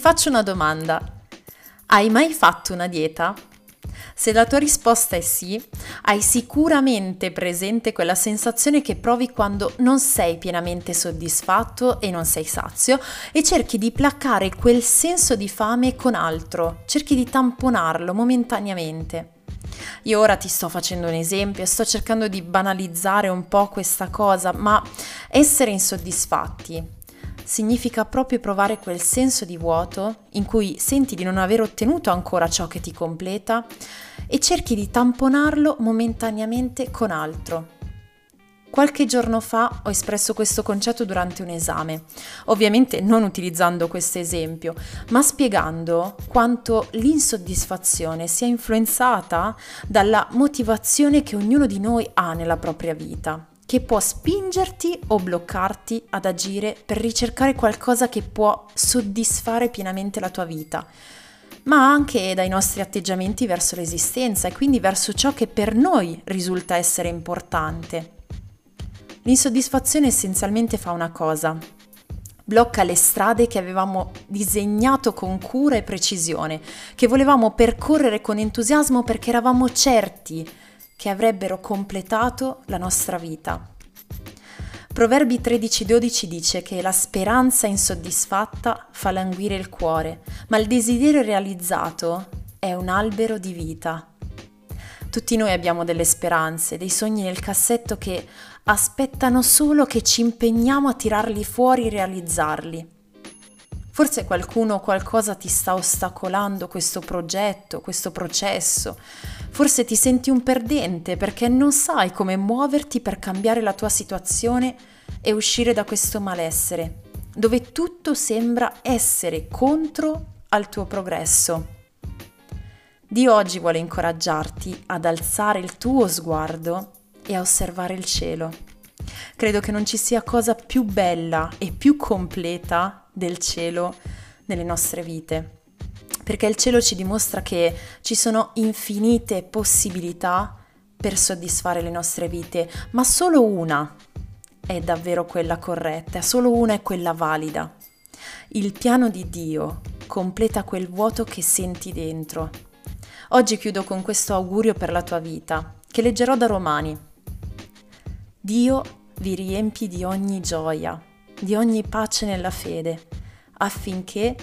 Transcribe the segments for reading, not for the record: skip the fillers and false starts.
faccio una domanda. Hai mai fatto una dieta? Se la tua risposta è sì, hai sicuramente presente quella sensazione che provi quando non sei pienamente soddisfatto e non sei sazio e cerchi di placare quel senso di fame con altro, cerchi di tamponarlo momentaneamente. Io ora ti sto facendo un esempio e sto cercando di banalizzare un po' questa cosa, ma essere insoddisfatti significa proprio provare quel senso di vuoto in cui senti di non aver ottenuto ancora ciò che ti completa e cerchi di tamponarlo momentaneamente con altro. Qualche giorno fa ho espresso questo concetto durante un esame, ovviamente non utilizzando questo esempio, ma spiegando quanto l'insoddisfazione sia influenzata dalla motivazione che ognuno di noi ha nella propria vita, che può spingerti o bloccarti ad agire per ricercare qualcosa che può soddisfare pienamente la tua vita, ma anche dai nostri atteggiamenti verso l'esistenza e quindi verso ciò che per noi risulta essere importante. L'insoddisfazione essenzialmente fa una cosa: blocca le strade che avevamo disegnato con cura e precisione, che volevamo percorrere con entusiasmo perché eravamo certi che avrebbero completato la nostra vita. Proverbi 13:12 dice che la speranza insoddisfatta fa languire il cuore, ma il desiderio realizzato è un albero di vita. Tutti noi abbiamo delle speranze, dei sogni nel cassetto che aspettano solo che ci impegniamo a tirarli fuori e realizzarli. Forse qualcuno o qualcosa ti sta ostacolando questo progetto, questo processo. Forse ti senti un perdente perché non sai come muoverti per cambiare la tua situazione e uscire da questo malessere, dove tutto sembra essere contro al tuo progresso. Dio oggi vuole incoraggiarti ad alzare il tuo sguardo e a osservare il cielo. Credo che non ci sia cosa più bella e più completa del cielo nelle nostre vite, perché il cielo ci dimostra che ci sono infinite possibilità per soddisfare le nostre vite, ma solo una è davvero quella corretta, solo una è quella valida. Il piano di Dio completa quel vuoto che senti dentro. Oggi chiudo con questo augurio per la tua vita, che leggerò da Romani. Dio vi riempi di ogni gioia, di ogni pace nella fede, affinché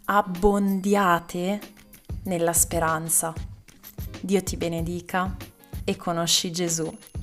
abbondiate nella speranza. Dio ti benedica e conosci Gesù.